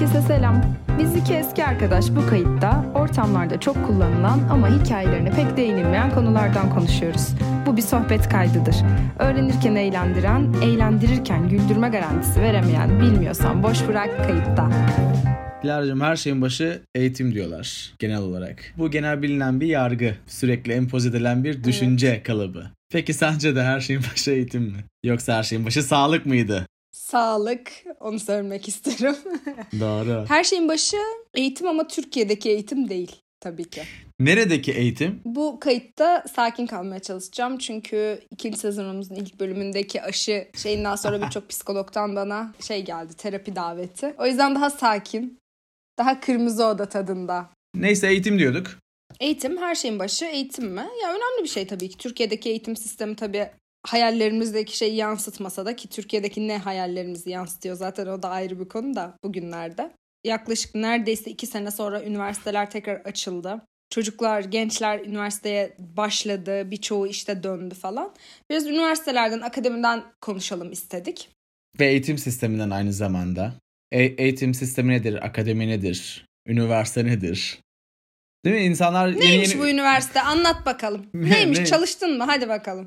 Herkese selam. Biz iki eski arkadaş bu kayıtta ortamlarda çok kullanılan ama hikayelerine pek değinilmeyen konulardan konuşuyoruz. Bu bir sohbet kaydıdır. Öğrenirken eğlendiren, eğlendirirken güldürme garantisi veremeyen, bilmiyorsan boş bırak kayıtta. Dilara'cığım, her şeyin başı eğitim diyorlar genel olarak. Bu genel bilinen bir yargı, sürekli empoze edilen bir düşünce kalıbı. Peki sence de her şeyin başı eğitim mi? Yoksa her şeyin başı sağlık mıydı? Sağlık, onu söylemek isterim. Doğru. Her şeyin başı eğitim ama Türkiye'deki eğitim değil tabii ki. Neredeki eğitim? Bu kayıtta sakin kalmaya çalışacağım. Çünkü ikinci sezonumuzun ilk bölümündeki aşı şeyinden sonra birçok psikologdan bana geldi, terapi daveti. O yüzden daha sakin, daha kırmızı oda tadında. Neyse, eğitim diyorduk. Eğitim, her şeyin başı eğitim mi? Ya önemli bir şey tabii ki. Türkiye'deki eğitim sistemi tabii hayallerimizdeki şeyi yansıtmasa da, ki Türkiye'deki ne hayallerimizi yansıtıyor zaten, o da ayrı bir konu da bugünlerde. Yaklaşık neredeyse 2 sene sonra üniversiteler tekrar açıldı. Çocuklar, gençler üniversiteye başladı, birçoğu işte döndü falan. Biraz üniversitelerden, akademiden konuşalım istedik. Ve eğitim sisteminden aynı zamanda. Eğitim sistemi nedir? Akademi nedir? Üniversite nedir? Değil mi? İnsanlar neymiş bu üniversite? Anlat bakalım. Neymiş? Çalıştın mı? Hadi bakalım.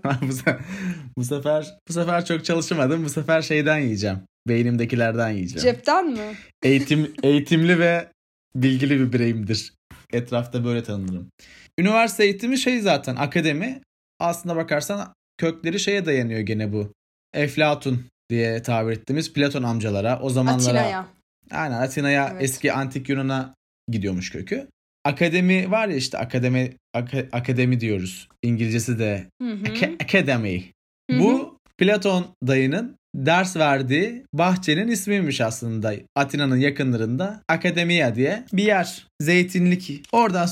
bu sefer çok çalışmadım. Bu sefer şeyden yiyeceğim. Beynimdekilerden yiyeceğim. Cepten mi? Eğitimli ve bilgili bir bireyimdir. Etrafta böyle tanınırım. Üniversite eğitimi zaten akademi. Aslında bakarsan kökleri şeye dayanıyor gene bu. Eflatun diye tabir ettiğimiz Platon amcalara. O zamanlara. Atina'ya. Aynen, Atina'ya, evet. Eski antik Yunan'a gidiyormuş kökü. Akademi var ya, işte akademi diyoruz. İngilizcesi de academy. Bu Platon dayının ders verdiği bahçenin ismiymiş aslında. Atina'nın yakınlarında Akademiya diye bir yer. Zeytinlik. Oradan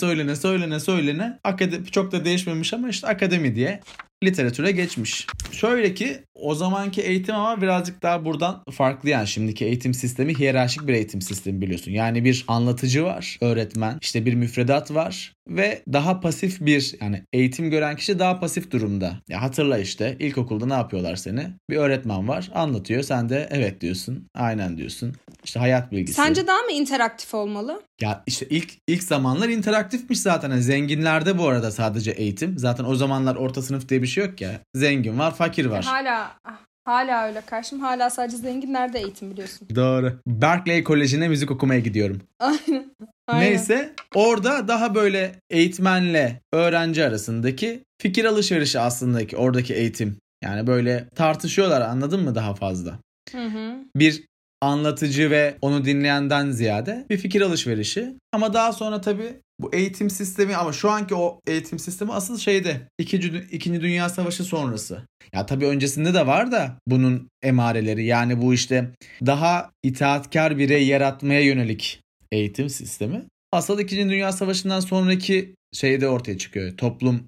söylene. Çok da değişmemiş ama işte akademi diye literatüre geçmiş. Şöyle ki o zamanki eğitim ama birazcık daha buradan farklı yani. Şimdiki eğitim sistemi hiyerarşik bir eğitim sistemi, biliyorsun. Yani bir anlatıcı var, öğretmen, işte bir müfredat var ve daha pasif yani eğitim gören kişi daha pasif durumda. Ya hatırla, işte ilkokulda ne yapıyorlar seni? Bir öğretmen var, anlatıyor, sen de evet diyorsun, aynen diyorsun. İşte hayat bilgisi. Sence daha mı interaktif olmalı? Ya işte ilk zamanlar interaktifmiş zaten. Yani zenginlerde bu arada sadece eğitim. Zaten o zamanlar orta sınıf diye bir şey yok ya. Zengin var, fakir var. Hala öyle karşım. Hala sadece zenginlerde eğitim, biliyorsun. Doğru. Berkeley Koleji'ne müzik okumaya gidiyorum. Aynen. Neyse, orada daha böyle eğitmenle öğrenci arasındaki fikir alışverişi aslında oradaki eğitim. Yani böyle tartışıyorlar, anladın mı, daha fazla. Bir anlatıcı ve onu dinleyenden ziyade bir fikir alışverişi. Ama daha sonra tabii bu eğitim sistemi, ama şu anki o eğitim sistemi asıl İkinci Dünya Savaşı sonrası. Ya tabii öncesinde de var da bunun emareleri. Yani bu işte daha itaatkar birey yaratmaya yönelik eğitim sistemi. Asıl İkinci Dünya Savaşı'ndan sonraki de ortaya çıkıyor.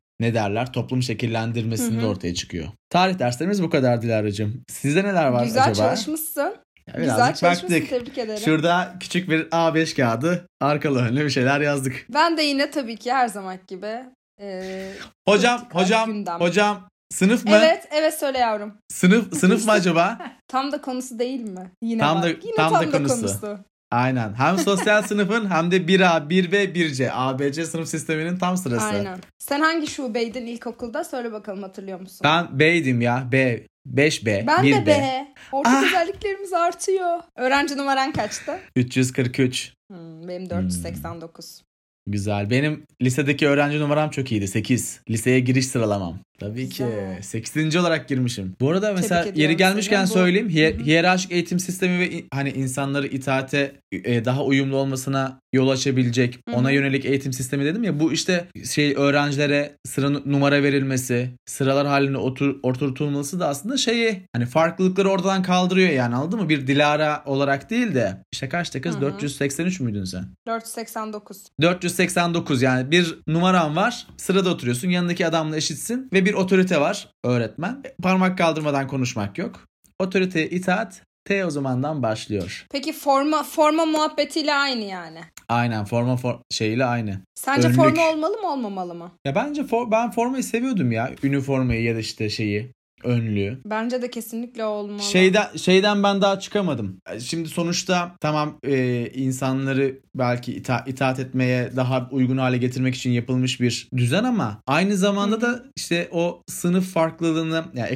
Toplum şekillendirmesinde ortaya çıkıyor. Tarih derslerimiz bu kadar Dilara'cığım. Sizde neler var Güzel acaba? Güzel çalışmışsın. Güzel çalışmışsın, tebrik ederim. Şurada küçük bir A5 kağıdı, arkalı önlü bir şeyler yazdık. Ben de yine tabii ki her zaman gibi. Hocam sınıf mı? Evet söyle yavrum. Sınıf mı acaba? Tam da konusu değil mi? Tam da konusu. Aynen. Hem sosyal sınıfın hem de 1A, 1B, 1C. ABC sınıf sisteminin tam sırası. Aynen. Sen hangi şubeydin ilkokulda? Söyle bakalım, hatırlıyor musun? Ben B'ydim ya. B. 5B. Ben 1B. de B. Ortak özelliklerimiz artıyor. Öğrenci numaran kaçtı? 343. Benim 489. Güzel. Benim lisedeki öğrenci numaram çok iyiydi. 8. Liseye giriş sıralamam. Tabii ki. 8. olarak girmişim. Bu arada mesela yeri gelmişken söyleyeyim. Hiyerarşik eğitim sistemi ve hani insanları itaate daha uyumlu olmasına yol açabilecek, ona yönelik eğitim sistemi dedim ya. Bu işte öğrencilere sıra numara verilmesi, sıralar halinde oturtulması da aslında hani farklılıkları ortadan kaldırıyor yani, anladın mı? Bir Dilara olarak değil de işte kaçta kız? 483 müydün sen? 489. 489, yani bir numaran var. Sırada oturuyorsun. Yanındaki adamla eşitsin ve bir otorite var, öğretmen. Parmak kaldırmadan konuşmak yok. Otoriteye itaat o zamandan başlıyor. Peki forma muhabbetiyle aynı yani. Aynen, forma şeyiyle aynı. Sence forma olmalı mı olmamalı mı? Ya bence ben formayı seviyordum ya. Üniformayı ya da işte önlüğü. Bence de kesinlikle olmalı. Şeyden ben daha çıkamadım. Şimdi sonuçta tamam, insanları belki itaat etmeye daha uygun hale getirmek için yapılmış bir düzen ama aynı zamanda da işte o sınıf farklılığını, yani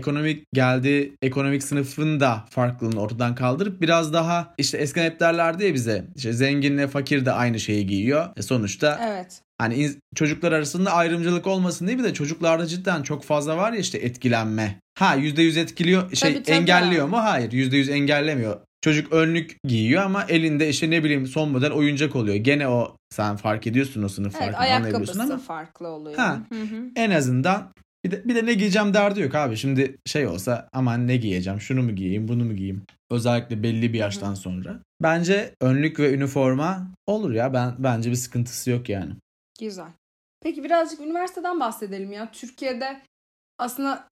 ekonomik sınıfın da farklılığını ortadan kaldırıp biraz daha işte eskiden hep derlerdi ya bize, işte zenginle fakir de aynı şeyi giyiyor. Sonuçta evet. Hani çocuklar arasında ayrımcılık olmasın diye, bir de çocuklarda cidden çok fazla var ya işte etkilenme. %100 etkiliyor, Tabii. engelliyor mu? Hayır, %100 engellemiyor. Çocuk önlük giyiyor ama elinde işte ne bileyim son model oyuncak oluyor. Gene o, sen fark ediyorsun o sınıf farkını, anlayabiliyorsun ama. Ayakkabısı farklı oluyor. En azından bir de ne giyeceğim derdi yok abi. Şimdi şey olsa, aman ne giyeceğim, şunu mu giyeyim, bunu mu giyeyim? Özellikle belli bir yaştan sonra. Bence önlük ve üniforma olur ya, bence bir sıkıntısı yok yani. Güzel. Peki birazcık üniversiteden bahsedelim ya. Türkiye'de aslında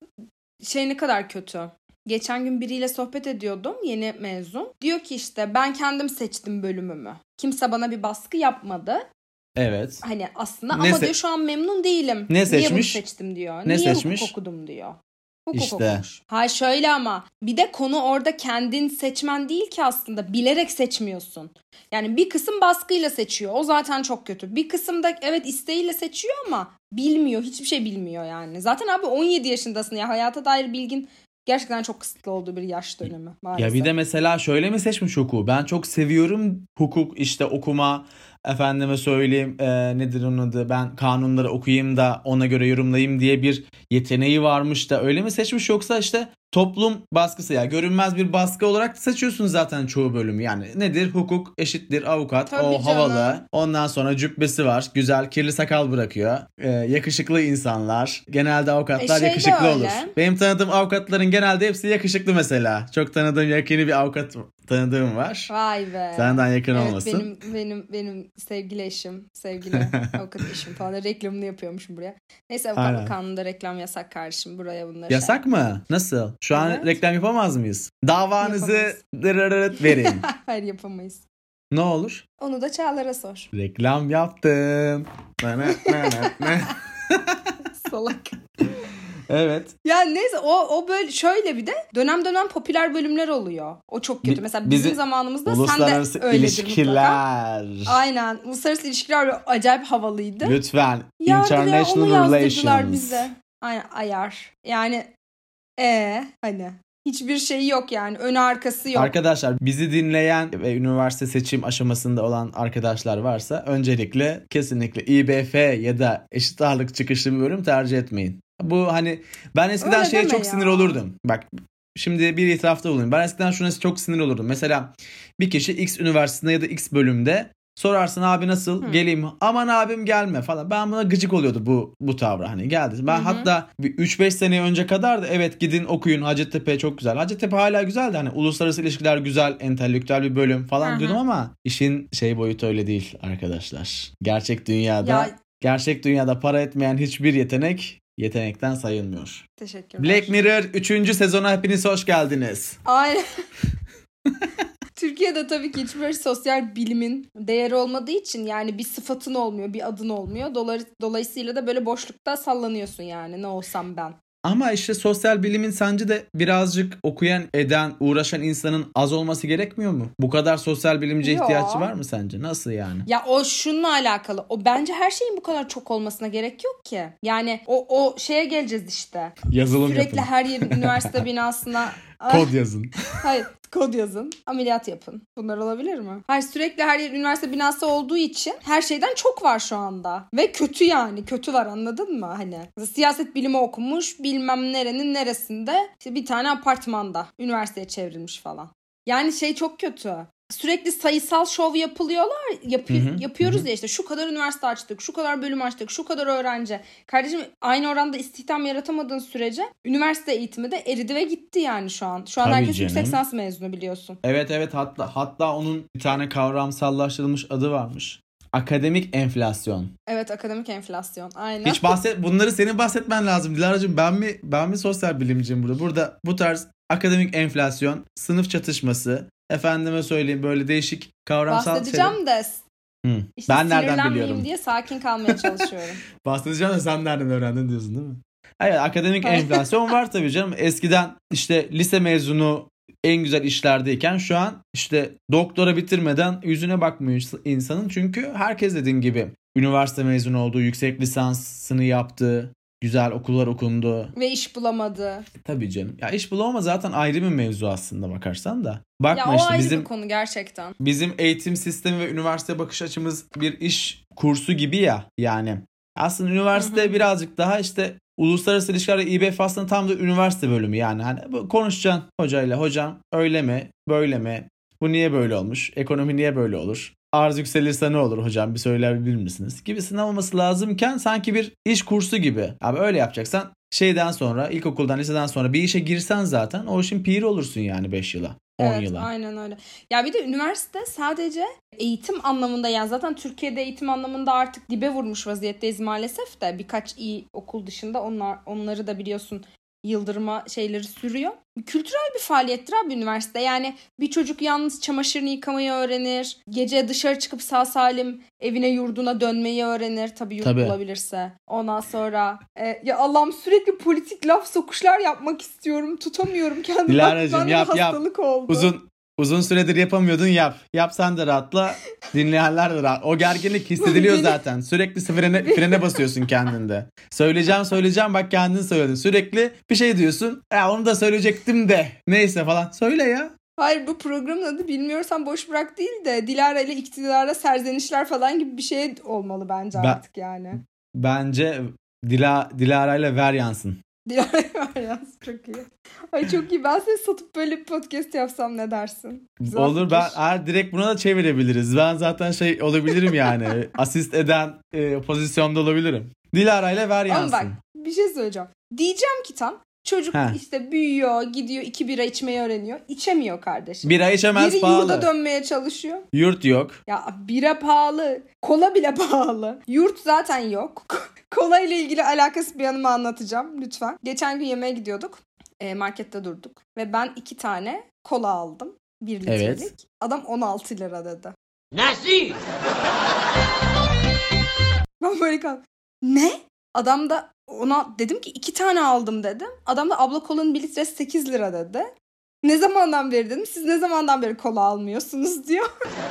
ne kadar kötü. Geçen gün biriyle sohbet ediyordum, yeni mezun. Diyor ki işte ben kendim seçtim bölümümü. Kimse bana bir baskı yapmadı. Evet. Hani aslında ama diyor şu an memnun değilim. Ne seçmiş? Niye bunu seçtim diyor. Ne Niye seçmiş? hukuk okudum diyor. Hukuk İşte. okumuş. Ha şöyle, ama bir de konu orada kendin seçmen değil ki aslında. Bilerek seçmiyorsun. Yani bir kısım baskıyla seçiyor. O zaten çok kötü. Bir kısım da evet isteğiyle seçiyor ama bilmiyor. Hiçbir şey bilmiyor yani. Zaten abi 17 yaşındasın ya. Hayata dair bilgin gerçekten çok kısıtlı olduğu bir yaş dönemi maalesef. Ya bir de mesela şöyle mi seçmiş hukuku? Ben çok seviyorum hukuk işte okuma. Efendime söyleyeyim nedir onun adı, ben kanunları okuyayım da ona göre yorumlayayım diye bir yeteneği varmış da öyle mi seçmiş, yoksa işte toplum baskısı, ya görünmez bir baskı olarak seçiyorsun zaten çoğu bölümü. Yani nedir, hukuk eşittir avukat. Tabii o canım. havalı, ondan sonra cübbesi var, güzel, kirli sakal bırakıyor, yakışıklı insanlar, genelde avukatlar yakışıklı olur. Benim tanıdığım avukatların genelde hepsi yakışıklı mesela. Çok tanıdığım yakini bir avukat tanıdığım var. Vay be. Senden yakın olmasın. Benim sevgili eşim, sevgili avukat eşim falan, reklamını yapıyormuşum buraya. Neyse, avukatlık kanununda reklam yasak kardeşim, buraya bunları. Yasak mı? Nasıl? Şu an reklam yapamaz mıyız? Davanızı verin. Hayır, yapamayız. Ne olur? Onu da Çağlar'a sor. Reklam yaptım. Salak. Evet. Ya neyse, o böyle şöyle, bir de dönem popüler bölümler oluyor. O çok kötü. Mesela bizim zamanımızda uluslararası sen de öyledir ilişkiler. Mutlaka. Aynen. Uluslararası ilişkiler acayip havalıydı. Lütfen. Ya International Relations. Bize. Aynen, ayar. Yani hani hiçbir şey yok yani. Önü arkası yok. Arkadaşlar, bizi dinleyen ve üniversite seçim aşamasında olan arkadaşlar varsa öncelikle kesinlikle İBF ya da eşit ağırlık çıkışlı bir bölüm tercih etmeyin. Bu hani ben eskiden öyle şeye çok ya. sinir olurdum. Bak şimdi bir itirafta bulunayım. Ben eskiden şuna çok sinir olurdum. Mesela bir kişi X üniversitesinde ya da X bölümde, sorarsın abi nasıl geleyim, aman abim gelme falan. Ben buna gıcık oluyordu bu tavra, hani geldi. Ben hatta 3-5 sene önce kadar da evet gidin okuyun, Hacettepe çok güzel. Hacettepe hala güzeldi, hani uluslararası ilişkiler güzel, entelektüel bir bölüm falan diyordum ama işin boyutu öyle değil arkadaşlar. Gerçek dünyada para etmeyen hiçbir yetenekten sayılmıyor. Teşekkürler. Black Mirror 3. sezona hepiniz hoş geldiniz. Aynen. Türkiye'de tabii ki hiçbir sosyal bilimin değeri olmadığı için, yani bir sıfatın olmuyor, bir adın olmuyor. Dolayısıyla da böyle boşlukta sallanıyorsun yani, ne olsam ben. Ama işte sosyal bilimin sence de birazcık okuyan, eden, uğraşan insanın az olması gerekmiyor mu? Bu kadar sosyal bilimciye ihtiyacı var mı sence? Nasıl yani? Ya o şununla alakalı. O bence her şeyin bu kadar çok olmasına gerek yok ki. Yani o şeye geleceğiz işte. Yazılım Sürekli yapın. her yerin üniversite binasına kod yazın. Hayır, kod yazın. Ameliyat yapın. Bunlar olabilir mi? Hayır, sürekli her yer üniversite binası olduğu için her şeyden çok var şu anda. Ve kötü yani. Kötü var, anladın mı? Hani siyaset bilimi okumuş, bilmem nerenin neresinde işte bir tane apartmanda üniversiteye çevrilmiş falan. Yani çok kötü. Sürekli sayısal şov yapıyoruz ya işte, şu kadar üniversite açtık, şu kadar bölüm açtık, şu kadar öğrenci. Kardeşim, aynı oranda istihdam yaratamadığın sürece üniversite eğitimi de eridi ve gitti yani şu an. Şu an tabii herkes canım. yüksek lisans mezunu, biliyorsun. Evet, hatta onun bir tane kavramsallaştırılmış adı varmış. Akademik enflasyon. Evet, akademik enflasyon. Aynen. Hiç bunları senin bahsetmen lazım Dilara'cığım. Ben mi sosyal bilimciyim burada? Burada bu tarz akademik enflasyon, sınıf çatışması, efendime söyleyeyim böyle değişik kavramsal bahsedeceğim de İşte ben nereden biliyorum diye sakin kalmaya çalışıyorum. Bahsedeceğim de sen nereden öğrendin diyorsun değil mi? Evet, akademik enflasyon var tabii canım. Eskiden işte lise mezunu en güzel işlerdeyken şu an işte doktora bitirmeden yüzüne bakmıyor insanın. Çünkü herkes dediğin gibi üniversite mezunu oldu, yüksek lisansını yaptı, güzel okullar okundu. Ve iş bulamadı. Tabii canım. Ya iş bulamama zaten ayrı bir mevzu aslında bakarsan da. Bakma ya o işte ayrı bir konu gerçekten. Bizim eğitim sistemi ve üniversite bakış açımız bir iş kursu gibi ya yani. Aslında üniversite birazcık daha işte uluslararası ilişkiler ve İBF aslında tam da üniversite bölümü yani. Hani konuşacaksın hocayla, hocam öyle mi, böyle mi? Bu niye böyle olmuş? Ekonomi niye böyle olur? Arz yükselirse ne olur hocam, bir söyleyebilir misiniz? Gibisinden olması lazımken sanki bir iş kursu gibi. Abi öyle yapacaksan şeyden sonra, ilkokuldan, liseden sonra bir işe girsen zaten o işin piri olursun yani 5 yıla. 10 evet, yıla. aynen öyle. Ya bir de üniversite sadece eğitim anlamında, yani zaten Türkiye'de eğitim anlamında artık dibe vurmuş vaziyetteyiz maalesef de, birkaç iyi okul dışında onları da biliyorsun yıldırma şeyleri sürüyor. Kültürel bir faaliyettir abi üniversite. Yani bir çocuk yalnız çamaşırını yıkamayı öğrenir. Gece dışarı çıkıp sağ salim evine yurduna dönmeyi öğrenir. Tabii yurt bulabilirse. Ondan sonra ya Allah'ım sürekli politik laf sokuşlar yapmak istiyorum. Tutamıyorum kendimi. Dilara'cığım yap. Hastalık oldu. Uzun süredir yapamıyordun, yap. Yap sen de rahatla. Dinleyenler de rahat. O gerginlik hissediliyor zaten. Sürekli frene basıyorsun kendinde. Söyleyeceğim bak kendin söyledin. Sürekli bir şey diyorsun. Onu da söyleyecektim de. Neyse falan. Söyle ya. Hayır, bu programın adı bilmiyorsan boş bırak değil de Dilara ile iktidara serzenişler falan gibi bir şey olmalı bence artık yani. Bence Dilara ile ver yansın. Dilara yansın, çok iyi. Ay çok iyi. Ben seni satıp böyle bir podcast yapsam ne dersin? Güzel olur fikir. Direkt buna da çevirebiliriz. Ben zaten olabilirim yani. Asist eden pozisyonda olabilirim. Dilara ile ver yansın. Ama bak bir şey söyleyeceğim. Diyeceğim ki tam çocuk işte büyüyor, gidiyor 2 bira içmeyi öğreniyor. İçemiyor kardeşim. Bira içemez, biri pahalı. Yurda dönmeye çalışıyor. Yurt yok. Ya bira pahalı. Kola bile pahalı. Yurt zaten yok. Kola ile ilgili alakası bir yanımı anlatacağım lütfen. Geçen gün yemeğe gidiyorduk. Markette durduk. Ve ben 2 tane kola aldım. 1 litrelik. Evet. Adam 16 lira dedi. Nasıl? Ben böyle kaldım. Ne? Adam da ona dedim ki 2 tane aldım dedim. Adam da abla kolanın 1 litresi 8 lira dedi. Ne zamandan beri dedim. Siz ne zamandan beri kola almıyorsunuz diyor.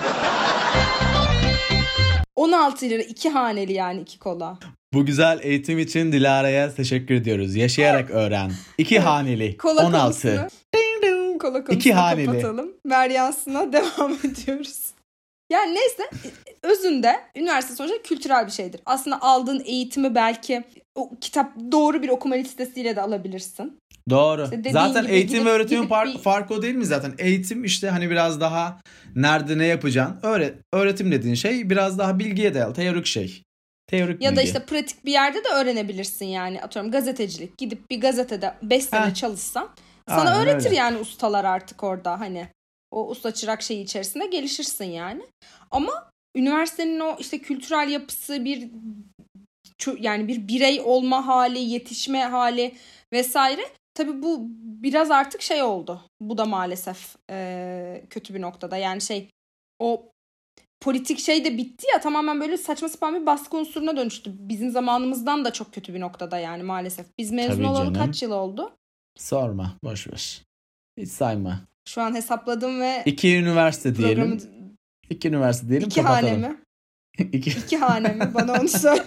16 lira 2 haneli yani 2 kola. Bu güzel eğitim için Dilara'ya teşekkür ediyoruz. Yaşayarak öğren. 2 haneli. Kola 16. Kola konusunu kapatalım. Varyansına devam ediyoruz. Yani neyse, özünde üniversite sonuçta kültürel bir şeydir. Aslında aldığın eğitimi belki o kitap doğru bir okuma listesiyle de alabilirsin. Doğru. İşte zaten eğitim ve öğretimin farkı o değil mi zaten? Eğitim işte hani biraz daha nerede ne yapacaksın. Öğretim dediğin şey biraz daha bilgiye dayalı. Teorik şey. Teorik ya bilgi. Da işte pratik bir yerde de öğrenebilirsin yani. Atıyorum gazetecilik. Gidip bir gazetede 5 sene çalışsan sana aynen öğretir öyle. Yani ustalar artık orada hani. O usta çırak şeyi içerisinde gelişirsin yani. Ama üniversitenin o işte kültürel yapısı, yani bir birey olma hali, yetişme hali vesaire. Tabii bu biraz artık şey oldu. Bu da maalesef kötü bir noktada. Yani o politik şey de bitti ya, tamamen böyle saçma sapan bir baskı unsuruna dönüştü. Bizim zamanımızdan da çok kötü bir noktada yani maalesef. Biz mezun olalı kaç yıl oldu? Sorma, boş ver. Hiç sayma. Şu an hesapladım ve 2 üniversite diyelim. 2 üniversite diyelim. 2 hane mi? 2 hane mi? Bana onu söyle.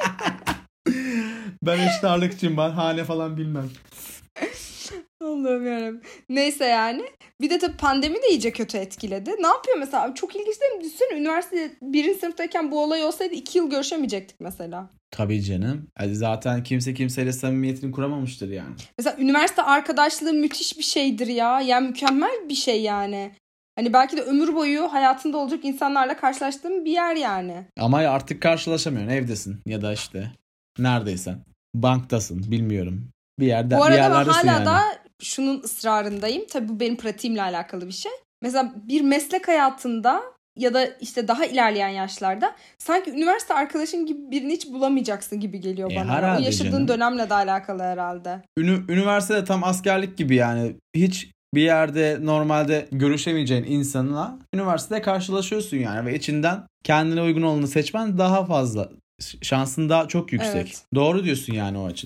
Ben eşitarlıkçıyım, ben hane falan bilmem. Allah'ım yarabbim. Neyse yani. Bir de tabii pandemi de iyice kötü etkiledi. Ne yapıyor mesela? Çok ilginç değil mi? Düşünsene üniversite 1. sınıftayken bu olay olsaydı 2 yıl görüşemeyecektik mesela. Tabii canım. Zaten kimse kimseyle samimiyetini kuramamıştır yani. Mesela üniversite arkadaşlığı müthiş bir şeydir ya. Yani mükemmel bir şey yani. Hani belki de ömür boyu hayatında olacak insanlarla karşılaştığım bir yer yani. Ama artık karşılaşamıyorsun. Evdesin ya da işte neredeysen. Banktasın, bilmiyorum. Bir yerde, bu arada bir yerlerdesin ben hala yani. da şunun ısrarındayım. Tabii bu benim pratiğimle alakalı bir şey. Mesela bir meslek hayatında ya da işte daha ilerleyen yaşlarda sanki üniversite arkadaşın gibi birini hiç bulamayacaksın gibi geliyor bana. O yaşadığın canım. Dönemle de alakalı herhalde. Üniversitede tam askerlik gibi yani. Hiç bir yerde normalde görüşemeyeceğin insanla üniversitede karşılaşıyorsun yani. Ve içinden kendine uygun olanı seçmen daha fazla. Şansın daha çok yüksek. Evet. Doğru diyorsun yani o açıdan.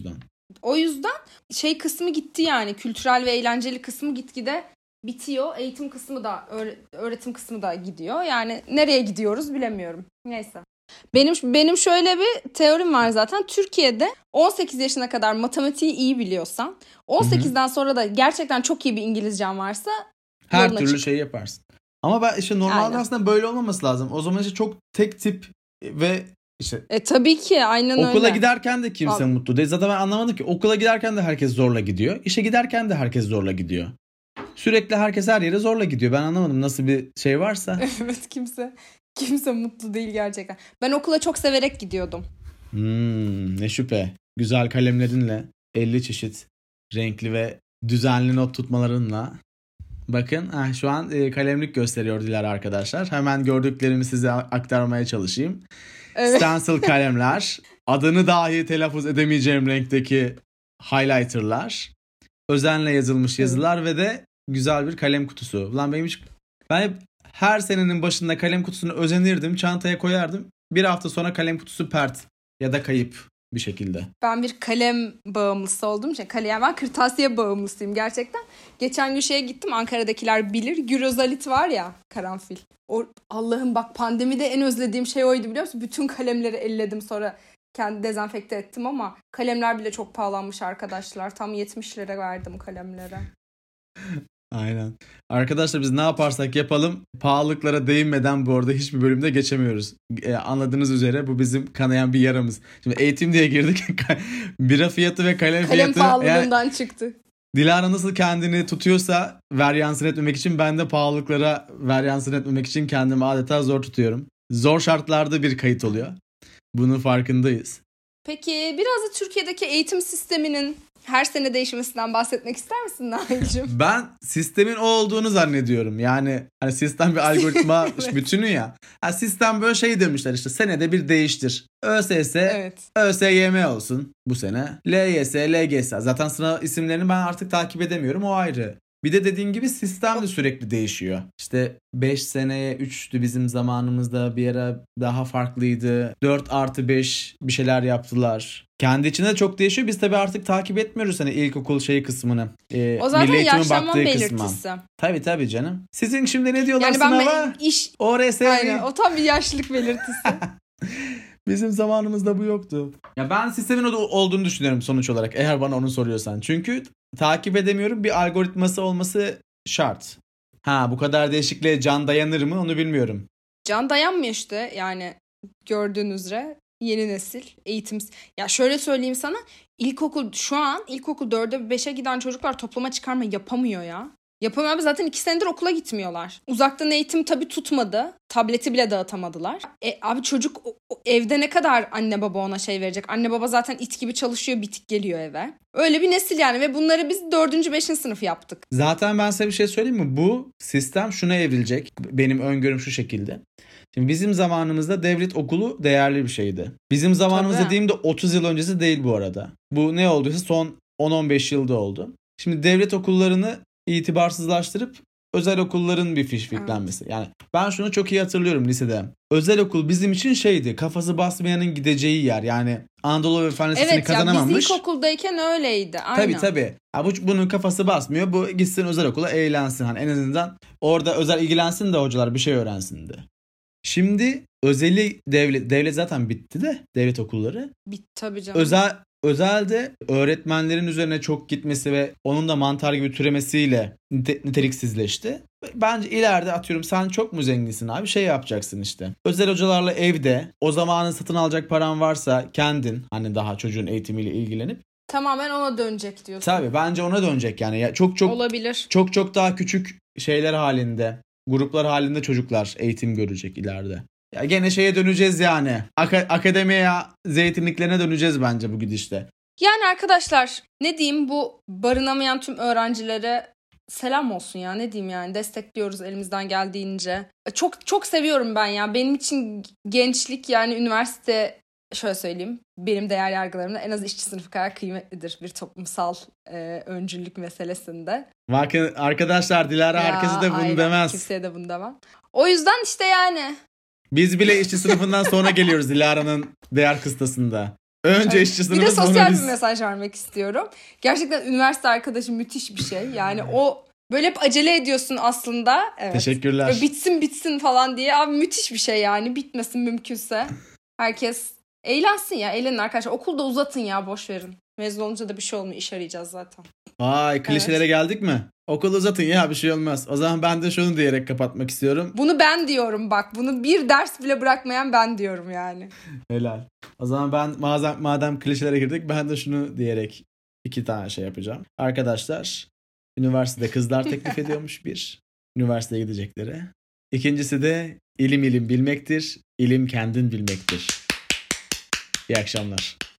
O yüzden şey kısmı gitti yani. Kültürel ve eğlenceli kısmı gitgide bitiyor. Eğitim kısmı da öğretim kısmı da gidiyor. Yani nereye gidiyoruz bilemiyorum. Neyse. Benim şöyle bir teorim var zaten. Türkiye'de 18 yaşına kadar matematiği iyi biliyorsan, 18'den sonra da gerçekten çok iyi bir İngilizcen varsa her türlü şey yaparsın. Ama ben işte normalde aslında böyle olmaması lazım. O zaman işte çok tek tip ve işte tabii ki aynen öyle. Okula giderken de kimse mutlu değil. Zaten ben anlamadım ki. Okula giderken de herkes zorla gidiyor. İşe giderken de herkes zorla gidiyor. Sürekli herkes her yere zorla gidiyor. Ben anlamadım nasıl bir şey varsa. Evet, kimse mutlu değil gerçekten. Ben okula çok severek gidiyordum. Ne şüphe. Güzel kalemlerinle 50 çeşit renkli ve düzenli not tutmalarınla. Bakın şu an kalemlik gösteriyor Dilara arkadaşlar. Hemen gördüklerimi size aktarmaya çalışayım. Evet. Stencil kalemler, adını dahi telaffuz edemeyeceğim renkteki highlighterlar, özenle yazılmış yazılar ve de güzel bir kalem kutusu. Ulan ben hep her senenin başında kalem kutusunu özenirdim, çantaya koyardım. Bir hafta sonra kalem kutusu pert ya da kayıp bir şekilde. Ben bir kalem bağımlısı olduğum için yani ben kırtasiye bağımlısıyım gerçekten. Geçen gün şeye gittim, Ankara'dakiler bilir. Gyrozalit var ya, karanfil. Allah'ım bak, pandemide en özlediğim şey oydu biliyor musun? Bütün kalemleri elledim, sonra kendi dezenfekte ettim ama kalemler bile çok pahalanmış arkadaşlar. Tam 70 lira verdim kalemlere. Aynen. Arkadaşlar biz ne yaparsak yapalım pahalılıklara değinmeden bu arada hiçbir bölümde geçemiyoruz. Anladığınız üzere bu bizim kanayan bir yaramız. Şimdi eğitim diye girdik. Bira fiyatı ve kalem fiyatı. Kalem pahalılığından çıktı. Dilara nasıl kendini tutuyorsa veryansın etmemek için, ben de pahalılıklara veryansın etmemek için kendimi adeta zor tutuyorum. Zor şartlarda bir kayıt oluyor. Bunun farkındayız. Peki biraz da Türkiye'deki eğitim sisteminin her sene değişmesinden bahsetmek ister misin Nail'cim? Ben sistemin o olduğunu zannediyorum. Yani hani sistem bir algoritma evet. Bütünü ya. Yani sistem böyle şey demişler işte, senede bir değiştir. ÖSS, evet. ÖSYM olsun bu sene. LYS, LGS. Zaten sınav isimlerini ben artık takip edemiyorum, o ayrı. Bir de dediğin gibi sistem de sürekli değişiyor. İşte 5 seneye 3'tü bizim zamanımızda, bir ara daha farklıydı. 4+5 bir şeyler yaptılar. Kendi içinde çok değişiyor. Biz tabii artık takip etmiyoruz hani ilkokul kısmını. O zaten yaşlanma belirtisi. Tabii canım. Sizin şimdi ne diyorlar yani sınava? ORS. Aynen, o tam bir yaşlılık belirtisi. Bizim zamanımızda bu yoktu. Ya ben sistemin olduğunu düşünüyorum sonuç olarak, eğer bana onu soruyorsan. Çünkü takip edemiyorum, bir algoritması olması şart. Bu kadar değişikliğe can dayanır mı onu bilmiyorum. Can dayanmıyor işte yani, gördüğünüz üzere yeni nesil eğitim. Ya şöyle söyleyeyim sana, şu an ilkokul 4'e 5'e giden çocuklar toplama çıkarma yapamıyor ya. Yapamıyor abi, zaten 2 senedir okula gitmiyorlar. Uzaktan eğitim tabii tutmadı. Tableti bile dağıtamadılar. Abi çocuk evde ne kadar anne baba ona şey verecek? Anne baba zaten it gibi çalışıyor, bitik geliyor eve. Öyle bir nesil yani, ve bunları biz 4. 5. sınıf yaptık. Zaten ben size bir şey söyleyeyim mi? Bu sistem şuna evrilecek. Benim öngörüm şu şekilde. Şimdi bizim zamanımızda devlet okulu değerli bir şeydi. Bizim zamanımız dediğimde 30 yıl öncesi değil bu arada. Bu ne olduysa son 10-15 yılda oldu. Şimdi devlet okullarını itibarsızlaştırıp özel okulların bir fişfiklenmesi. Evet. Yani ben şunu çok iyi hatırlıyorum lisede. Özel okul bizim için şeydi, kafası basmayanın gideceği yer. Yani Anadolu ve Fen Lisesi'ni kazanamamış. Evet, biz ilkokuldayken öyleydi. Aynen. Tabii. Bunun kafası basmıyor. Bu gitsin özel okula eğlensin. Hani en azından orada özel ilgilensin de hocalar bir şey öğrensin de. Şimdi devlet zaten bitti de, devlet okulları. Bitti tabii canım. Özelde öğretmenlerin üzerine çok gitmesi ve onun da mantar gibi türemesiyle niteliksizleşti. Bence ileride atıyorum sen çok mu zenginsin abi, şey yapacaksın işte. Özel hocalarla evde, o zamanın satın alacak paran varsa kendin hani daha çocuğun eğitimiyle ilgilenip. Tamamen ona dönecek diyorsun. Tabii bence ona dönecek yani. Ya çok olabilir. Çok daha küçük şeyler halinde, gruplar halinde çocuklar eğitim görecek ileride. Ya gene şeye döneceğiz yani. Akademiye, zeytinliklerine döneceğiz bence bu gidişte. Yani arkadaşlar ne diyeyim, bu barınamayan tüm öğrencilere selam olsun ya, ne diyeyim yani, destekliyoruz elimizden geldiğince. Çok seviyorum ben ya. Benim için gençlik yani üniversite, şöyle söyleyeyim, benim değer yargılarımda en az işçi sınıfı kadar kıymetlidir bir toplumsal öncülük meselesinde. Bakın arkadaşlar, Dilara herkese de bunu aynen, demez. Kimseye de bunu demem. O yüzden işte yani. Biz bile işçi sınıfından sonra geliyoruz Dilara'nın değer kıstasında. Önce işçi sınıfı, bir de sonra sosyal biz. bir mesaj vermek istiyorum. Gerçekten üniversite arkadaşı müthiş bir şey. Yani o böyle hep acele ediyorsun aslında. Evet. Teşekkürler. Böyle bitsin falan diye. Abi müthiş bir şey yani. Bitmesin mümkünse. Herkes eğlensin ya. Eğlenin arkadaşlar. Okulda uzatın ya, boş verin. Mezun olunca da bir şey olmuyor. İş arayacağız zaten. Vay, klişelere geldik mi? Okul uzatın ya, bir şey olmaz. O zaman ben de şunu diyerek kapatmak istiyorum. Bunu ben diyorum bak. Bunu bir ders bile bırakmayan ben diyorum yani. Helal. O zaman ben madem klişelere girdik, ben de şunu diyerek 2 tane şey yapacağım. Arkadaşlar, üniversitede kızlar teklif ediyormuş bir. Üniversiteye gidecekleri. İkincisi de ilim bilmektir. İlim kendin bilmektir. İyi akşamlar.